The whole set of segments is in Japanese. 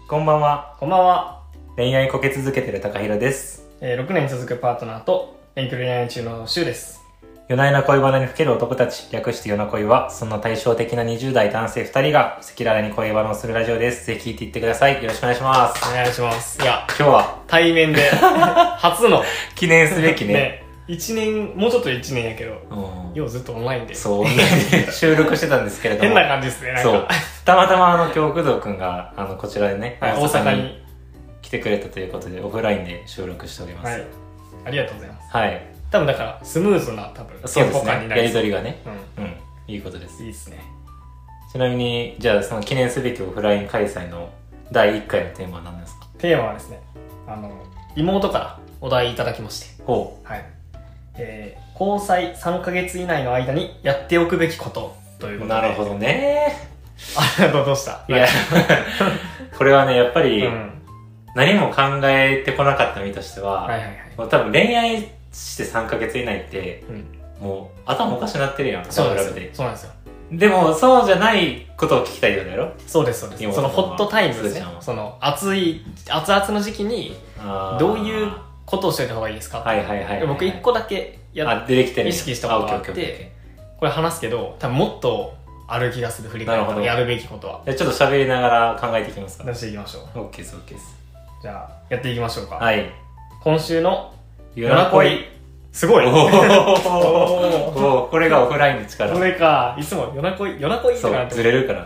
こんばんは。 こんばんは。 恋愛こけ続けてる高弘です。 6年続くパートナーと遠距離恋愛中のシュウです。 夜な夜な恋バナにふける男たち、略して夜な恋は、そんな対照的な20代男性2人が赤裸々に恋バナをするラジオです。ぜひ聞いていってください。よろしくお願いします。 お願いします。いや、 今日は対面で初の記念すべきね。 ね、1年、もうちょっと1年やけど、 うん、 ようずっとオンラインで。 そう、オンラインで収録してたんですけれども。 変な感じですね、なんか。 そう。たまたま今日工藤くんが、こちらでね、 はい、大阪に来てくれたということで、オフラインで収録しております。 はい。ありがとうございます。 はい。 多分だから、スムーズな、多分、 そうですね。やりりとりがね。 うん。 いいことです。 いいですね。 ちなみに、じゃあその記念すべきオフライン開催の第1回のテーマは何ですか？ テーマはですね、妹からお題いただきまして。 ほう。 はい。交際3ヶ月以内の間にやっておくべきことということで。 なるほどね。 どうしたいや、これはね、やっぱり、 うん、 何も考えてこなかった身としては、 はいはいはい。 もう多分恋愛して3ヶ月以内って、 うん、 もう頭おかしなってるやん。 そうなんですよ。 ラブで。 そうなんですよ。 でも、そうじゃないことを聞きたいようだろ？ そうです、そうです。そのホットタイムですね。その熱々の時期に、どういうことをしておいた方がいいですか？ はいはいはい。 僕1個だけ出てきてる。 意識したことがあって、これ話すけど、多分もっとある気がする、振り返ったらやるべきことは。 じゃあちょっと喋りながら考えていきますか？ 出していきましょう。 OK です、OK です。 じゃあ、やっていきましょうか。 はい。 今週の夜な恋。 すごい。 おこれがオフラインの力。 これか。いつも夜な恋とかなって。 ずれるからな。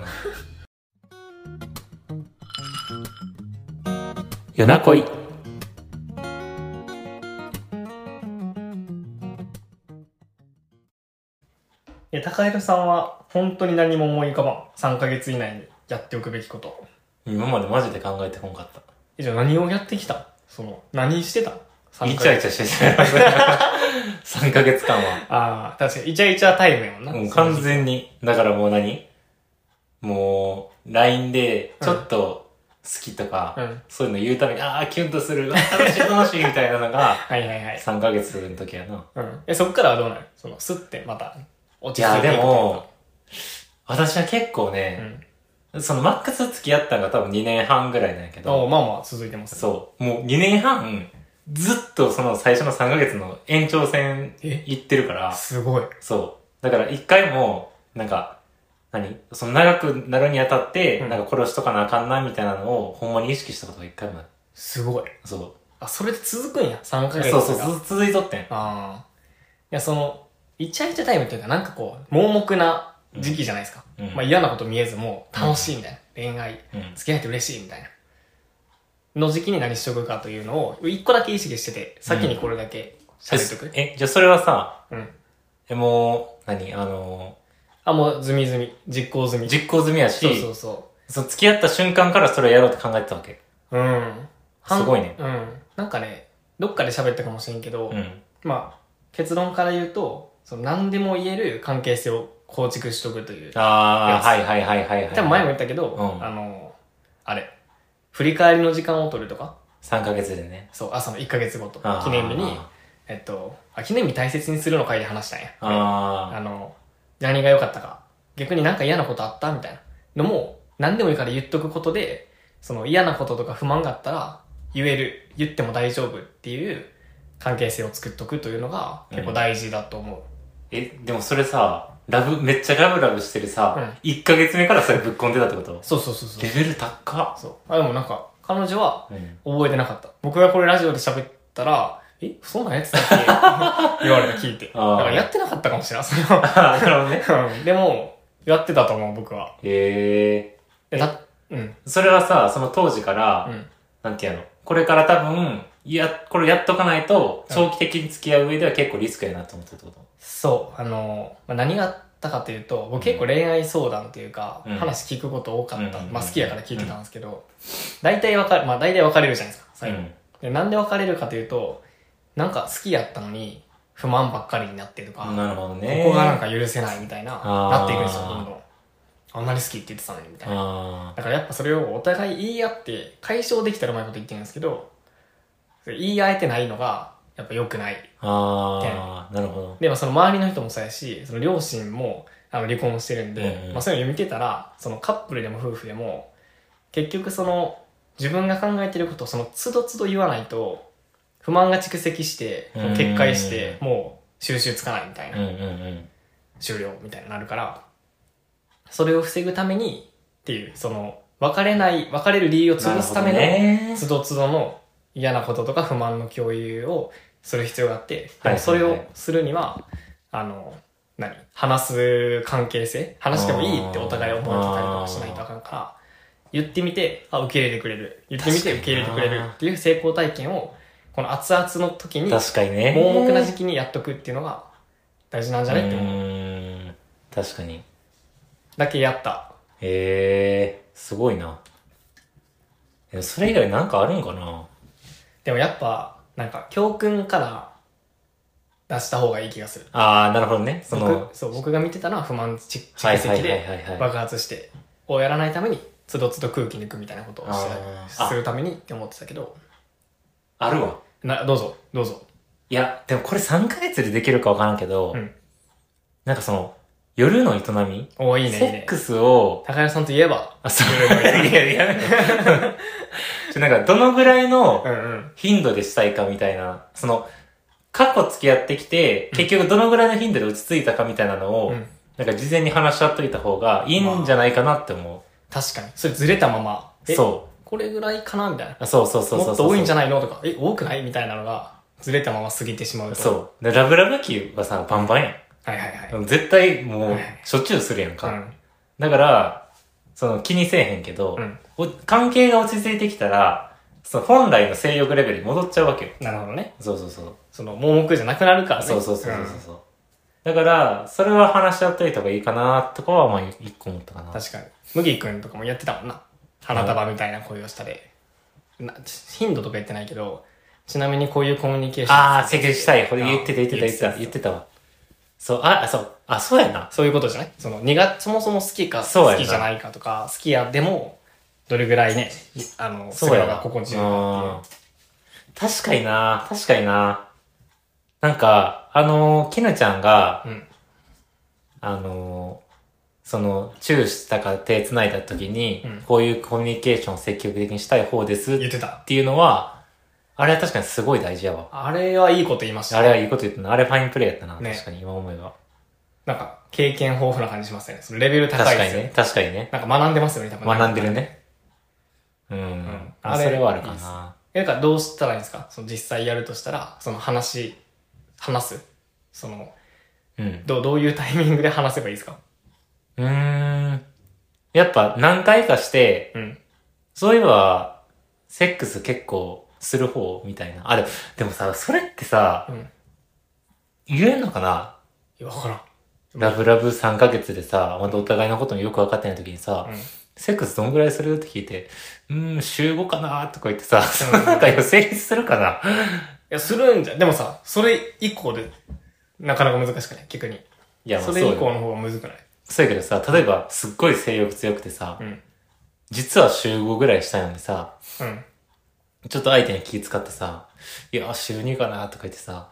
夜な恋。 高弘さんは本当に何も思い浮かばん。3ヶ月以内にやっておくべきこと。 今までマジで考えてこんかった。 じゃあ何をやってきた？何してた？ イチャイチャしてた。3ヶ月間は。 ああ、確かにイチャイチャタイムやもんな。 もう完全に。だからもうもう、LINE で、ちょっと好きとか、そういうの言うために、キュンとする、楽しいみたいなのが、 はいはいはい。 3ヶ月の時やな。 そっからはどうなる？スッてまた、落ち着いていく。 いや、でも、私は結構ね、マックス付き合ったのが多分2年半ぐらいなんやけど。 まあまあ続いてますね。 そう。もう2年半、ずっと最初の3ヶ月の延長戦行ってるから。 すごい。 そう。だから1回も、長くなるにあたって、殺しとかなあかんなみたいなのを、ほんまに意識したことが1回もない。 すごい。 そう。 それで続くんや、3ヶ月。 そう、続いとってん。 いや、イチャイチャタイムっていうか、盲目な時期じゃないですか。まあ嫌なこと見えずも楽しいみたいな。恋愛、付き合えて嬉しいみたいな。の時期に何しとくかというのを、一個だけ意識してて、先にこれだけ喋っとく。 じゃあそれはさ、もう、 もう実行済み。 実行済みやし、 そう。 付き合った瞬間からそれをやろうって考えてたわけ。すごいね。 どっかで喋ったかもしれんけど、まあ、結論から言うと、何でも言える関係性を構築しとくという。 はい。 多分前も言ったけど、振り返りの時間を取るとか。 3ヶ月でね。 そう、1ヶ月ごと。記念日に、記念日大切にするの回で話したんや。何が良かったか。逆に嫌なことあったみたいなのも、何でもいいから言っとくことで、嫌なこととか不満があったら、言っても大丈夫っていう関係性を作っとくというのが結構大事だと思う。 でもそれさ、めっちゃラブしてるさ、1ヶ月目からそれぶっ込んでたってこと？ そう。 レベル高っ。 そう。でも彼女は覚えてなかった。僕がこれラジオで喋ったら、そんなんやってたっけ言われた聞いて。だからやってなかったかもしれない。 なるほどね。 でも、やってたと思う、僕は。 それはさ、その当時から、なんていうの、これから多分、これやっとかないと、長期的に付き合う上では結構リスクやなと思ってたってこと？ そう。何があったかというと、僕結構恋愛相談っていうか、話聞くこと多かった。好きやから聞いてたんですけど、大体別れるじゃないですか、最後。なんで別れるかというと、好きやったのに、不満ばっかりになってとか、 なるほどね。 ここが許せないみたいな、なっていくんですよ、どんどん。あんなに好きって言ってたのにみたいな。だからやっぱそれをお互い言い合って解消できたらうまいこと言ってるんですけど、言い合えてないのがやっぱ良くない。 なるほど。 でも周りの人もそうやし、両親も離婚してるんで、そういうの見てたら、カップルでも夫婦でも、結局自分が考えてることをその都度都度言わないと、不満が蓄積して、決壊して、もう収集つかないみたいな。終了みたいになるから、それを防ぐためにっていう、その、別れる理由を潰すための、都度都度の嫌なこととか不満の共有をする必要があって、でもそれをするには、話す関係性話してもいいってお互い思えてたりとかしないとあかんから、言ってみて、受け入れてくれる。言ってみて受け入れてくれるっていう成功体験を、この熱々の時に、 確かにね。 盲目な時期にやっとくっていうのが大事なんじゃねって思う。 確かに。 だけやった。 すごいな。それ以外なんかあるんかな。 でもやっぱ、教訓から出した方がいい気がする。 なるほどね。 僕が見てたのは不満蓄積で爆発して、をやらないために、つどつど空気抜くみたいなことをするためにって思ってたけど。 あるわ。 どうぞ。 いや、でもこれ3ヶ月でできるかわからんけど、夜の営みいいね。 セックスを、 高谷さんといえば。 いや、どのぐらいの頻度でしたいかみたいな、過去付き合ってきて、結局どのぐらいの頻度で落ち着いたかみたいなのを、事前に話し合っといた方がいいんじゃないかなって思う。 確かに。それずれたまま。 そう。 これぐらいかなみたいな。 そう。 もっと多いんじゃないのとか、多くないみたいなのが、ずれたまま過ぎてしまうと。 そう。ラブラブ期はさ、バンバンやん。絶対もう、しょっちゅうするやんか。だから、気にせえへんけど、関係が落ち着いてきたら、本来の性欲レベルに戻っちゃうわけよ。 なるほどね。 そう。 盲目じゃなくなるからね。 そう。だから、それは話し合っといた方がいいかな、とかは、一個思ったかな。 確かに。麦くんとかもやってたもんな。花束みたいな恋をしたで。頻度とか言ってないけど、ちなみにこういうコミュニケーション。 セクしたい。これ言ってたわ。そうやな。 そういうことじゃないそもそも好きか、好きじゃないかとか、好きやでも、どれぐらいね、そうやな。心地よいかっていう。 確かにな。きぬちゃんが、チューしたか手繋いだ時に、こういうコミュニケーションを積極的にしたい方ですっていうのは、あれは確かにすごい大事やわ。 あれはいいこと言いましたね。あれはいいこと言ったな。あれファインプレーやったな。確かに今思えば。 経験豊富な感じしますよね。レベル高いですよね。 確かにね。 学んでますよね、多分。 学んでるね。それはあるかな。 どうしたらいいんですか実際やるとしたら、話すどういうタイミングで話せばいいですかやっぱ何回かして、そういえば、セックス結構する方みたいな。でもさ、それってさ、言えんのかな？ わからん。 ラブラブ3ヶ月でさ、またお互いのこともよく分かってない時にさ、セックスどんぐらいするって聞いて、週5かなとか言ってさ、成立するかな？ いや、するんじゃ、でもさ、それ以降で、なかなか難しくない逆に。いや、それ以降の方がむずくない？ そうやけどさ、例えば、すっごい性欲強くてさ、実は週5ぐらいしたいのにさ、ちょっと相手に気遣ってさ、いや、週2かなとか言ってさ、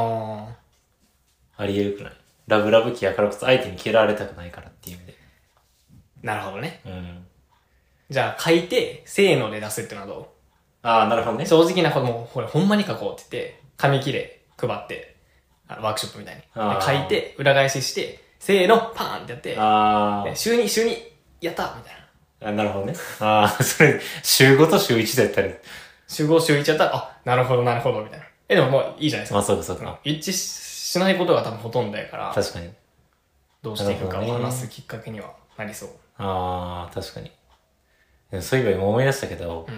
ありえるくない？ラブラブ期やからこそ相手に嫌われたくないからっていう意味で。 なるほどね。じゃあ書いて、せーので出すってのはどう？ なるほどね。 正直なことも、ほんまに書こうって言って、紙切れ配って、ワークショップみたいに。書いて、裏返しして、せーの、パーンってやって、週2、やったみたいな。なるほどね。それ、週5と週1でやったら。 週5、週1やったら、なるほど、みたいな。でももういいじゃないですか。 そうか。 一致しないことが多分ほとんどやから。 確かに。 どうしていくかを話すきっかけにはなりそう。 確かに。でもそういえば今思い出したけど、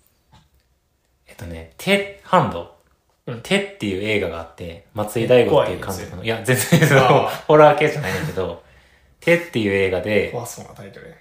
ハンド。手っていう映画があって、松井大悟っていう監督の、いや、全然ホラー系じゃないんだけど、手っていう映画で、 怖そうなタイトル。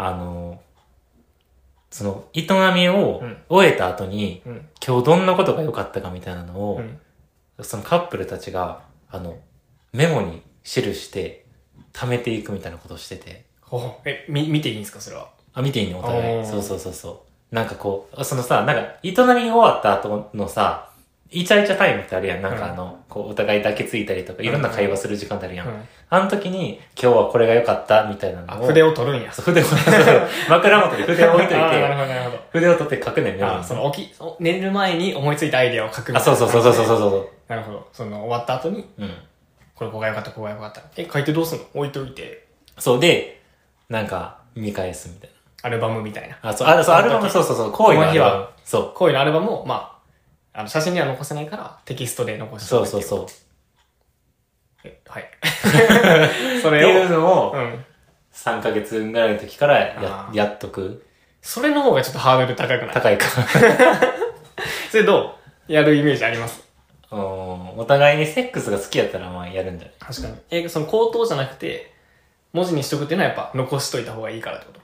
営みを終えた後に、今日どんなことが良かったかみたいなのを、そのカップルたちが、メモに記して貯めていくみたいなことをしてて。 見ていいんですかそれは。 見ていいのお互い。そう。営み終わった後のさ、 イチャイチャタイムってあるやん。なんかこう、お互い抱きついたりとか、いろんな会話する時間ってあるやん。あの時に、今日はこれが良かったみたいなのを。 筆を取るんや。 筆を、枕元に筆を置いといて、 なるほど、なるほど。 筆を取って書くねんね。 寝る前に思いついたアイデアを書くみたいな。 そう。 なるほど。終わった後に、これここが良かった、ここが良かった。書いてどうすんの？置いといて。 そうで、なんか、見返すみたいな。アルバムみたいな。 アルバム、そう。恋のアルバム。 そう。恋のアルバムを、写真には残せないから、テキストで残して。 そう。 はい。それを。 っていうのを、3ヶ月ぐらいの時からやっとく。 それの方がちょっとハードル高くない？ 高いか。 それどう？やるイメージあります？ お互いにセックスが好きやったらやるんじゃない？ 確かに。その口頭じゃなくて、文字にしとくっていうのはやっぱ残しといた方がいいからってこと？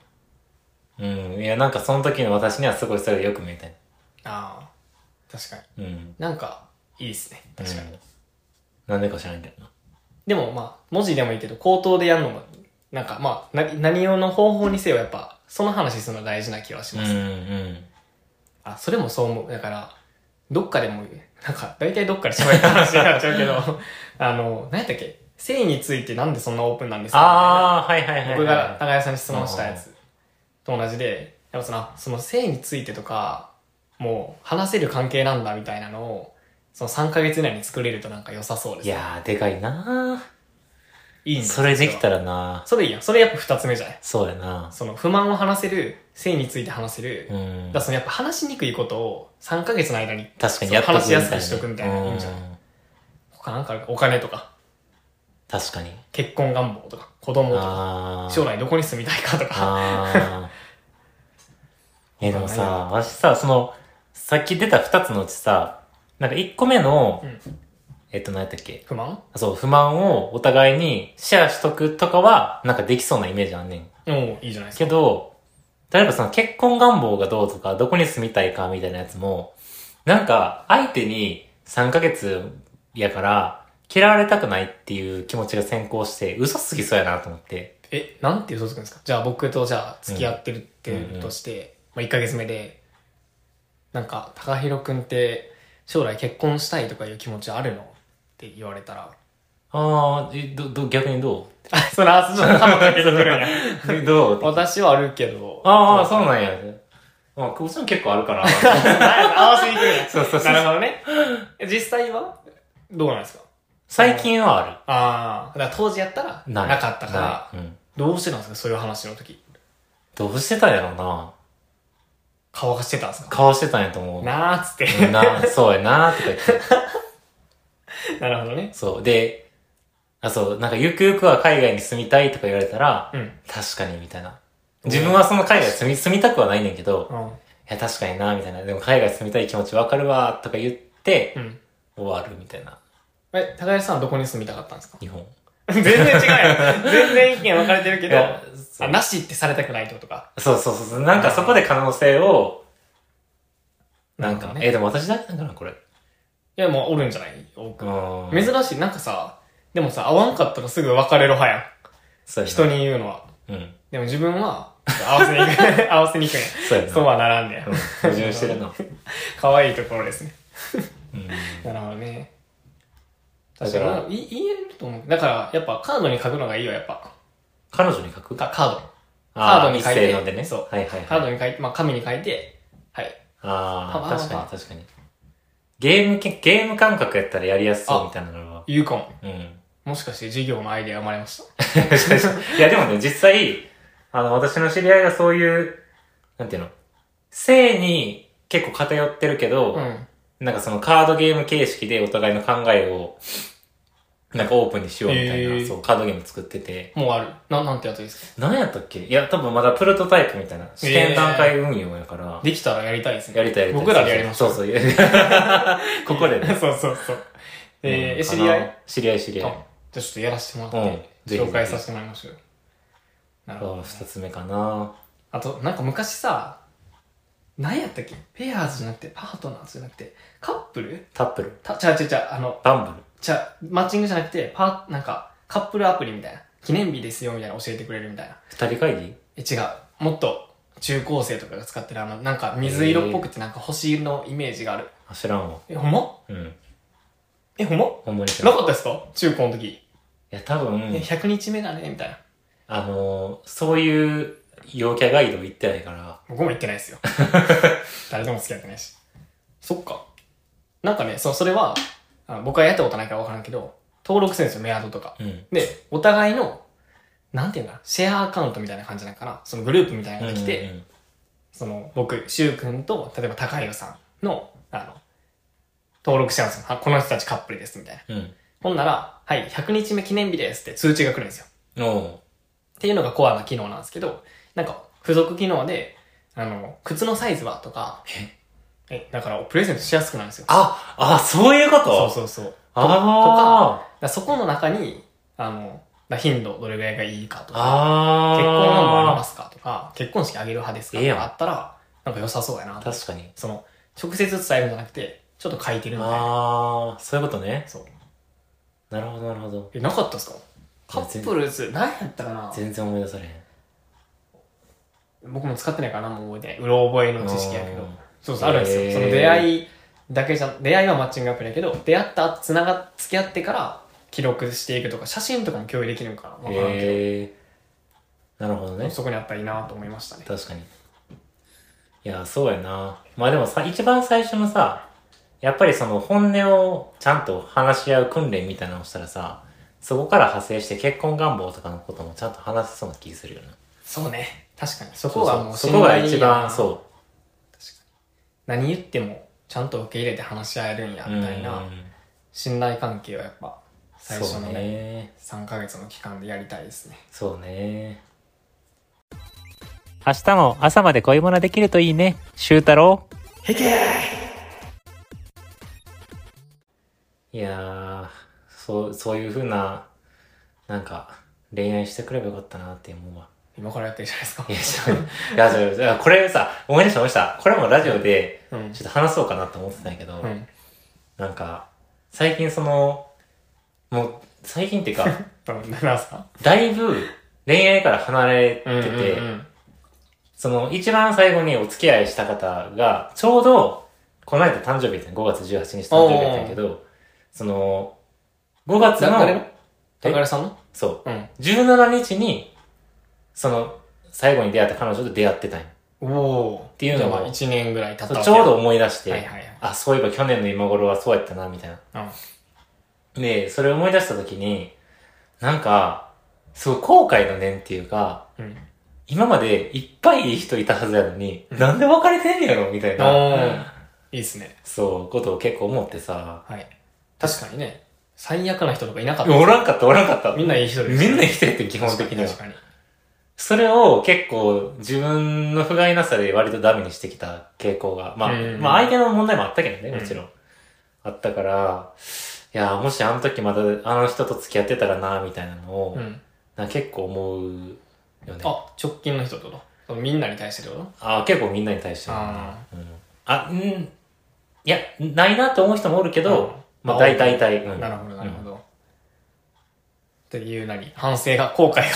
いや、なんかその時の私にはすごいそれがよく見えたい。 ああ。確かに。 うん。 なんか、いいですね。確かに。 なんでか知らんけどな。 でも文字でもいいけど、口頭でやるのも、なんか何用の方法にせよやっぱ、その話するの大事な気はします。それもそう思う。だから、どっかでも、なんか、大体どっかで喋った話になっちゃうけど、何やったっけ？性についてなんでそんなオープンなんですか？ はい。 僕が高谷さんに質問したやつと同じで、やっぱその性についてとか、もう話せる関係なんだみたいなのを、その3ヶ月以内に作れるとなんか良さそうです、 ね。いやー、でかいなー。 いいんだ。 それできたらなー。 それいいやん。それやっぱ2つ目じゃない？ そうやな。 その不満を話せる、性について話せる。だからやっぱ話しにくいことを3ヶ月の間に確かに話しやすくしとくみたいな。いいんじゃない？他なんかあるか？お金とか。 確かに。 結婚願望とか、子供とか、将来どこに住みたいかとか。 でもさ、私さ、さっき出た2つのうちさ、なんか1個目の、何やったっけ？ 不満？ そう、不満をお互いにシェアしとくとかは、なんかできそうなイメージあんねん。 いいじゃないですか。 けど、例えば結婚願望がどうとか、どこに住みたいかみたいなやつも、なんか、相手に3ヶ月やから、嫌われたくないっていう気持ちが先行して、嘘つきそうやなと思って。 なんて嘘つくんですか？じゃあ僕と付き合ってるってとして、1ヶ月目で、なんか、高弘くんって将来結婚したいとかいう気持ちあるのって言われたら。 逆にどう？ そのちょっと頭だけでくるんや。 どう？ 私はあるけど。 そうなんや。久保さん結構あるから。 合わせにくるんや。 そう。 なるほどね。実際はどうなんですか？ 最近はある。だから当時やったら、なかったから、どうしてたんですか？そういう話の時。 どうしてたんやろうな。 顔がしてたんですか？ 顔してたんやと思う。 なーっつって。 そうやなーとか言って。 なるほどね。 そう。で、なんかゆくゆくは海外に住みたいとか言われたら、確かにみたいな。自分はその海外住みたくはないねんけど、いや確かになみたいな。でも海外住みたい気持ちわかるわとか言って、終わるみたいな。 高橋さんはどこに住みたかったんですか？ 日本。 全然違うよ。全然意見分かれてるけど、なしってされたくないってことか。 そう。なんかそこで可能性を、なんか、でも私だけなんかな、これ。 いや、もうおるんじゃない多く。珍しい。なんかさ、でもさ、合わんかったらすぐ別れろ派やん。そう人に言うのは。でも自分は、合わせに行く。合わせに行くんや。 そうやな。 そうはならんねや。 矛盾してるな。 可愛いところですね。なるほどね。確かに。言えると思う。だから、やっぱカードに書くのがいいよ、やっぱ。 彼女に書く？ カード。 カードに書いて。でね。 そう。カードに書いて、紙に書いて、はい。 確かに。ゲーム感覚やったらやりやすそうみたいなのは。 言うかも。もしかして授業のアイデア生まれました。 いやでもね、実際、私の知り合いがそういう、なんていうの、性に結構偏ってるけど、なんかそのカードゲーム形式でお互いの考えを、なんかオープンにしようみたいな、そう、カードゲーム作ってて。 もうある。なんてやつですか？ 何やったっけ？いや、多分まだプロトタイプみたいな。試験段階運用やから。 できたらやりたいですね。 やりたい。 僕らでやりましょう。 そう。ここでね。 そう。知り合い？ 知り合い。 じゃあちょっとやらせてもらって、紹介させてもらいましょう。 なるほど。二つ目かな。 あと、なんか昔さ、何やったっけ？ペアーズじゃなくて、パートナーズじゃなくて、カップル？ タップル。 バンブル。 マッチングじゃなくて、なんか、カップルアプリみたいな。記念日ですよ、みたいな教えてくれるみたいな。 二人会議？ 違う。もっと、 中高生とかが使ってるなんか水色っぽくてなんか星のイメージがある。 知らんわ。 ほんま？ うん。 ほんま？ ほんまに知らん。 なかったですか中高の時。 いや、多分。 100日目だね、みたいな。 そういう陽キャガイド行ってないから。 僕も行ってないですよ。誰とも付き合ってないし。そっか。なんかね、それは、僕はやったことないから分からんけど、登録するんですよ、メアドとか。で、お互いの、なんていうんだ、シェアアカウントみたいな感じなんかな。そのグループみたいなのが来て、僕、シュウ君と、例えば高弘さんの、登録しちゃうんですよ。この人たちカップルです、みたいな。ほんなら、はい、100日目記念日ですって通知が来るんですよ。っていうのがコアな機能なんですけど、なんか、付属機能で、靴のサイズはとか、だからプレゼントしやすくなるんですよ。 そういうこと？ そう。とか、そこの中に、頻度どれぐらいがいいかとか、結婚願望ありますかとか、結婚式あげる派ですかとかあったら、なんか良さそうやな。 確かに。 直接伝えるんじゃなくて、ちょっと書いてるみたいな。そういうことね。 そう。 なるほど、なるほど。 なかったっすか？カップルズ、何やったかな？ 全然思い出されへん。 僕も使ってないから何も覚えてない。うろ覚えの知識やけど。そう、あるんですよ。その出会いだけ出会いはマッチングアプリやけど、出会った後、付き合ってから記録していくとか、写真とかも共有できるのかな？わからんけど。なるほどね。 そこにあったらいいなと思いましたね。 確かに。いや、そうやな。まあでもさ、一番最初のさ、やっぱりその本音をちゃんと話し合う訓練みたいなのをしたらさ、そこから派生して結婚願望とかのこともちゃんと話せそうな気するよな。 そうね。確かに。そこがもうそこが一番、そう。 確かに。何言ってもちゃんと受け入れて話し合えるんや、みたいな信頼関係はやっぱ最初のね、3ヶ月の期間でやりたいですね。 そうね。明日も朝まで恋バナできるといいね。シュウタロウ。へけー。いやー、そういう風な、なんか、恋愛してくればよかったなって思うわ。 今からやってるじゃないですか。 いや、これさ、思い出しました。これもラジオで、ちょっと話そうかなと思ってたんやけど、なんか、最近もう、最近っていうか、だいぶ恋愛から離れてて、一番最後にお付き合いした方が、ちょうど、この間誕生日やった5月18日誕生日やったんやけど、5月の、 誰の高原さんの？ そう。17日に、最後に出会った彼女と出会ってたんや。っていうのが、 1年ぐらい経ったちょうど思い出して、そういえば去年の今頃はそうやったな、みたいな。で、それを思い出した時に、なんか、すごい後悔の念っていうか、今までいっぱいいい人いたはずやのに、なんで別れてんねやろみたいな。 いいっすね。 そう、ことを結構思ってさ。 はい。確かにね、最悪な人とかいなかった。 おらんかった。 みんないい人です。 みんないい人やって基本的には。確かに。それを結構自分の不甲斐なさで割とダメにしてきた傾向が。まあ相手の問題もあったけどね、もちろん。あったから、いや、もしあの時まだあの人と付き合ってたらな、みたいなのを、結構思うよね。 直近の人ってことみんなに対してってこと？ 結構みんなに対していや、ないなって思う人もおるけど、まあ大体。 なるほど、なるほど。っていう反省が、後悔が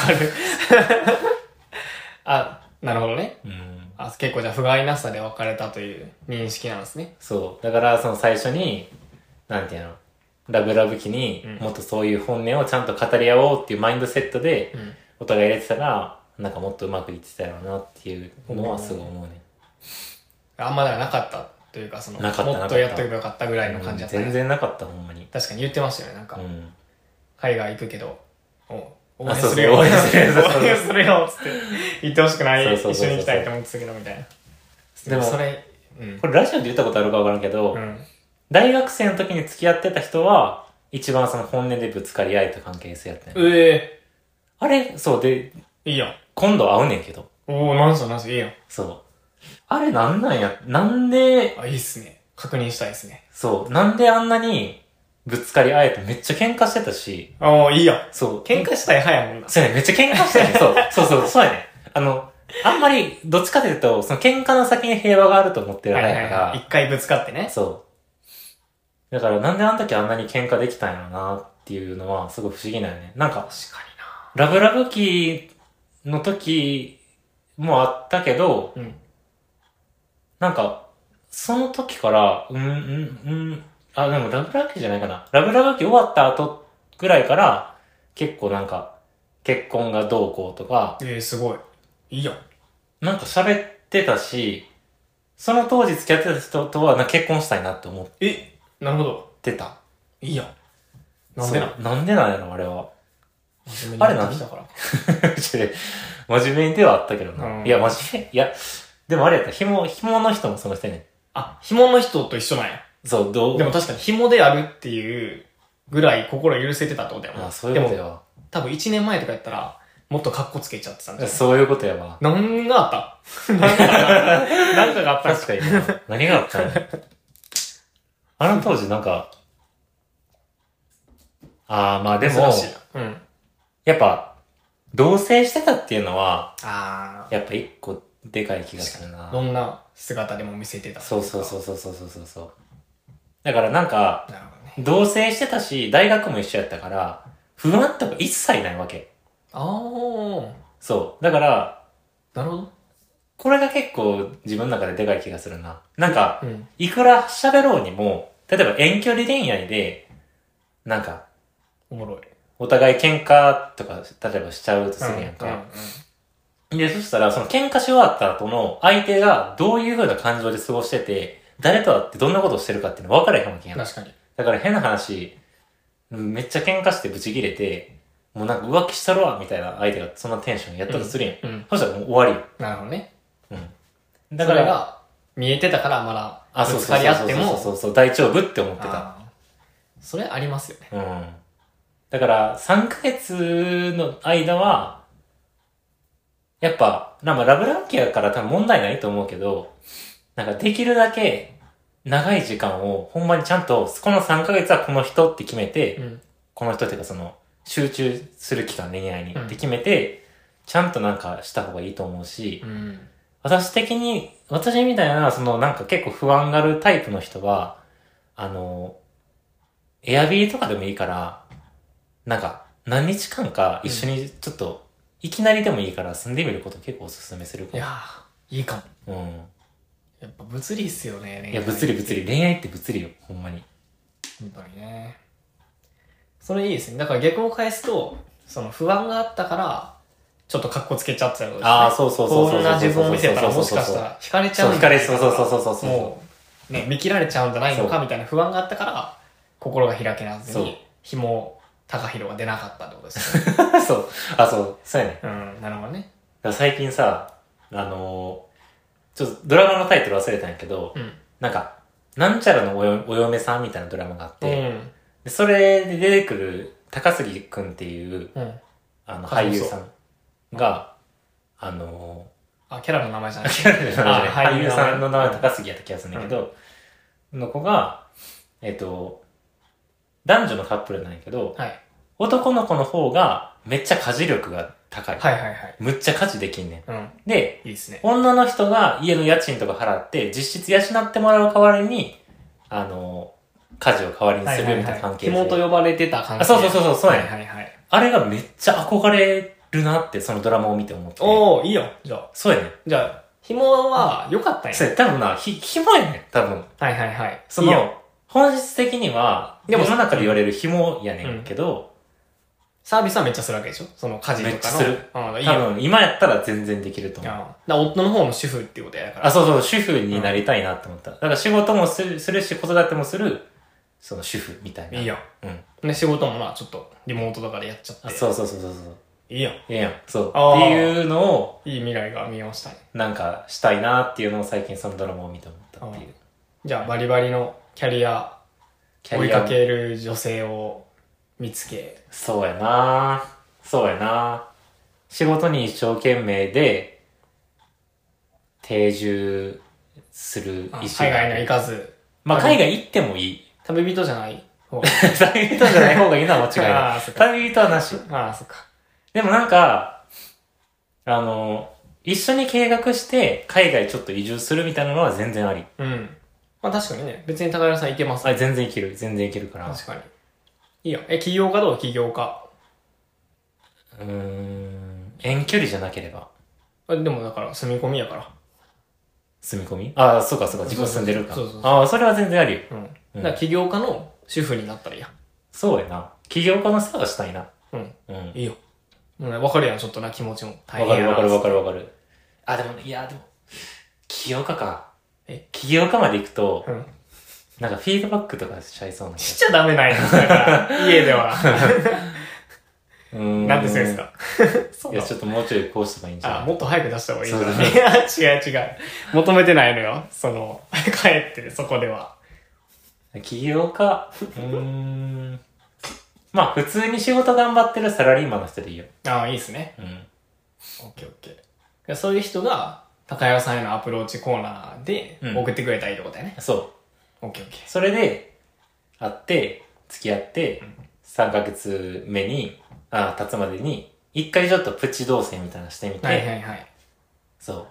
ある。なるほどね。結構じゃあ不甲斐なさで別れたという認識なんですね。 そう。だから最初に、なんていうの、ラブラブ期にもっとそういう本音をちゃんと語り合おうっていうマインドセットで、お互い入れてたら、なんかもっとうまくいってたよなっていうのはすごい思うね。 あんまだからなかったというか、もっとやっとけばよかったぐらいの感じだった、 全然なかった、ほんまに。 確かに言ってましたよね、なんか。海外行くけど、応援するよ、つって言ってほしくない、一緒に行きたいと思ってたけど、みたいな。 でも、これラジオで言ったことあるかわからんけど、大学生の時に付き合ってた人は、一番本音でぶつかり合えた関係性やったね。あれそうで、 いいやん。 今度会うねんけど。 なんす、いいやん。 そう。あれなんで、 いいっすね。確認したいですね。 そう。なんであんなにぶつかり合えてめっちゃ喧嘩してたし。 いいやん。 そう。 喧嘩したい派やもんな。 そうやね。めっちゃ喧嘩したいね。そうやね。あんまり、どっちかというと、喧嘩の先に平和があると思ってる派やから。 一回ぶつかってね。 そう。だからなんであの時あんなに喧嘩できたんやろなっていうのはすごい不思議なんよね。なんか、 確かにな。ラブラブ期の時もあったけど、 うん。 なんか、その時から、でもラブラブ期じゃないかな。ラブラブ期終わった後ぐらいから、結構なんか、結婚がどうこうとか、 すごい。いいやん。 なんか喋ってたし、その当時付き合ってた人とは結婚したいなって思っなるほど。 てた。 いいやん。なんでなんでなんやろ、あれは。 真面目にやってきたから。 真面目ではあったけどな。いや、真面目。いや、でもあれやった。紐の人もその人やねん。 紐の人と一緒なんや。 そう、 でも確かに紐であるっていうぐらい心許せてたってことやもん。 そういうことやわ。 多分1年前とかやったら、もっとカッコつけちゃってたんじゃない？ そういうことやわ。 何があったなんかがあった確かにな。何があったのあの当時なんか、まあでも、やっぱ、同棲してたっていうのは、やっぱ一個でかい気がするな。 どんな姿でも見せてた。 そう。だからなんか、同棲してたし、大学も一緒やったから、不安とか一切ないわけ。そう。だから、 なるほど。 これが結構自分の中ででかい気がするな。なんか、いくら喋ろうにも、例えば遠距離恋愛で、なんか、 おもろい。 お互い喧嘩とか、例えばしちゃうとするやんか。で、そしたら、その喧嘩し終わった後の相手がどういう風な感情で過ごしてて、誰と会ってどんなことをしてるかっていうの分からへんわけやん。 確かに。 だから変な話、めっちゃ喧嘩してブチ切れて、もうなんか浮気したるわみたいな相手がそんなテンションやったとするやん。そしたらもう終わりよ。 なるほどね。 だから、 それが見えてたからまだぶつかり合っても。 そう、大丈夫って思ってた。 それありますよね。 だから、3ヶ月の間は、やっぱ、ラブラブ期やから多分問題ないと思うけど、なんかできるだけ長い時間をほんまにちゃんと、この3ヶ月はこの人って決めて、この人っていうかその、集中する期間恋愛にって決めて、ちゃんとなんかした方がいいと思うし、私みたいな、そのなんか結構不安があるタイプの人は、エアビーとかでもいいから、なんか何日間か一緒にちょっと、いきなりでもいいから住んでみること結構おすすめするかも。 いやー、いいかも。やっぱ物理っすよね、 いや、物理。恋愛って物理よ、ほんまに。 本当にね。それいいですね。だから逆を返すと、その不安があったから、ちょっとカッコつけちゃってたことですね。 そう。 こんな自分を見せたらもしかしたら惹かれちゃうんじゃないかそう。 もう、ね、見切られちゃうんじゃないのかみたいな不安があったから、心が開けなずに、紐、高弘が出なかったってことですね。 そうやね。 なるほどね。 最近さ、ちょっとドラマのタイトル忘れたんやけど、なんか、なんちゃらのお嫁さんみたいなドラマがあって、でそれで出てくる高杉くんっていう、俳優さんが、 キャラの名前じゃない。 キャラの名前じゃない。俳優さんの名前高杉やった気がするんだけど、の子が、男女のカップルなんやけど、男の子の方がめっちゃ家事力が高い。むっちゃ家事できんねん。で、 いいですね。 女の人が家の家賃とか払って、実質養ってもらう代わりに、家事を代わりにするみたいな関係性。 紐と呼ばれてた関係。 そうやね。あれがめっちゃ憧れるなって、そのドラマを見て思って。 いいよ、じゃあ。 そうやね。 じゃあ、紐は良かったんや。 そうや、多分な、紐やねん、多分。その、本質的には、世の中で言われる紐やねんけど、 サービスはめっちゃするわけでしょ、その家事とかの。 めっちゃする。多分、今やったら全然できると思う。 夫の方の主婦っていうことやから。 そう、主婦になりたいなって思った。だから仕事もするし、子育てもする、その主婦みたいな。 いいやん。で、仕事もちょっとリモートとかでやっちゃって。 そう。 いいやん。 そう。っていうのを、 いい未来が見えましたね。 なんか、したいなっていうのを最近そのドラマを見て思ったっていう。 じゃあ、バリバリのキャリア、追いかける女性を見つけ。 そうやな。仕事に一生懸命で、定住する意思。 海外には行かず。 まあ、海外行ってもいい。 旅人じゃない方が。 旅人じゃない方がいいのは間違いない。旅人はなし。 そっか。 でもなんか、一緒に計画して海外ちょっと移住するみたいなのは全然あり。 まあ確かにね、別に高原さん行けますね。 全然いけるから。 確かに。いいよ。起業家どう？起業家。 遠距離じゃなければ。 でもだから住み込みやから。 住み込みああ、そうかそうか、自分住んでるか。 そうそうそう。 ああ、それは全然あるよ。 うん。だから起業家の主婦になったらいいやん。 そうやな。起業家のスタートしたいな。 うん。いいよ。もうね、わかるやん、ちょっとな、気持ちも。 大変やな。わかる。あ、でも、いや、でも、起業家か。起業家まで行くと、なんかフィードバックとかしちゃいそうな。 しちゃダメなんや。だから、家では。なんでそうですかいや、ちょっともうちょいこうしたらいいんじゃないもっと早く出した方がいいんじゃない違う。求めてないのよ。帰ってそこでは。 起業家まあ、普通に仕事頑張ってるサラリーマンの人でいいよ。 ああ、いいっすね。オッケー。そういう人が、高山さんへのアプローチコーナーで送ってくれたらいいってことだよね。 そう。 オッケー。 それで、会って、付き合って、3ヶ月目に、経つまでに、一回ちょっとプチ同棲みたいなのしてみて。 はい。 そう。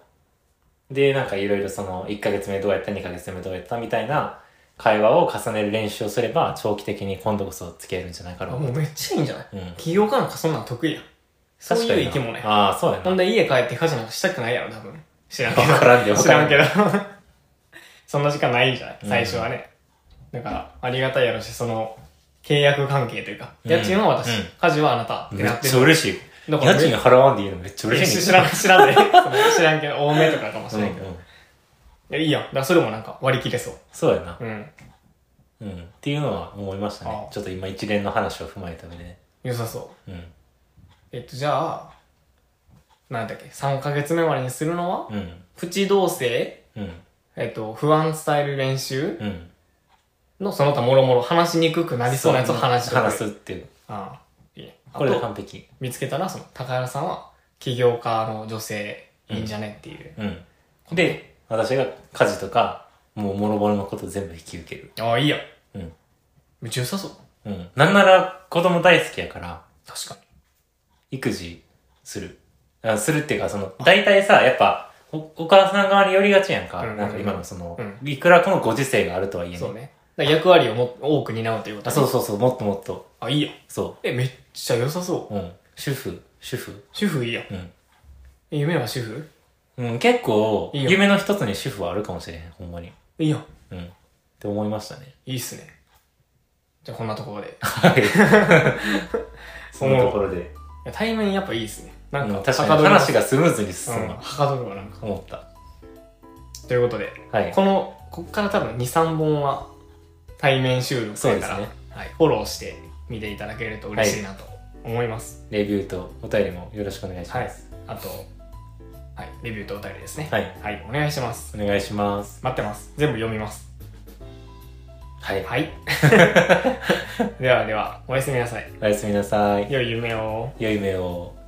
で、なんかいろいろ1ヶ月目どうやった、2ヶ月目どうやったみたいな会話を重ねる練習をすれば、長期的に今度こそ付き合えるんじゃないかな。 もうめっちゃいいんじゃない？起業家なんかそんなん得意やん。そういう生き物や。 ああ、そうやな。 ほんで家帰って家事なんかしたくないやろ、多分。知らんけど。 知らんけど。 そんな時間ないんじゃない？最初はね。だから、ありがたいやろし、契約関係というか、家賃は私、家事はあなたってなってる。 めっちゃ嬉しい。家賃払わんでいいのめっちゃ嬉しい。 知らんで。知らんけど、多めとかかもしれんけど。いいやん。だからそれもなんか割り切れそう。 そうやな。っていうのは思いましたね。ちょっと今一連の話を踏まえた上でね。 良さそう。じゃあ、なんだっけ、3ヶ月目までにするのは、プチ同棲、不安伝える練習、のその他もろもろ話しにくくなりそうなやつを話すっていう。 いいね。 これで完璧。 見つけたら、高原さんは起業家の女性いいんじゃねっていう。 で、私が家事とか、もうもろもろのこと全部引き受ける。 いいや。めっちゃ良さそう。 なんなら子供大好きやから。 確かに。育児する。するっていうか、大体さ、やっぱ、お母さん側に寄りがちやんか。なんか今のいくらこのご時世があるとはいえね。 そうね。役割を多く担うということね。 そう、もっともっと。 いいよ。 そう。 めっちゃ良さそう。 主婦いいよ。夢は主婦？ 結構、夢の一つに主婦はあるかもしれへん、ほんまに。 いいよ。 って思いましたね。 いいっすね。じゃあこんなところで。 はい。そのところで。 対面やっぱいいっすね。なんか、 確かに話がスムーズに進む。 はかどるわ、なんか。 思った。 ということで、こっから多分2、3本は対面収録だから、フォローして見ていただけると嬉しいなと思います。 レビューとお便りもよろしくお願いします。 あと、レビューとお便りですね。 はい。 お願いします。 お願いします。 待ってます。全部読みます。 はい。 では、おやすみなさい。 おやすみなさい。 良い夢を。 良い夢を。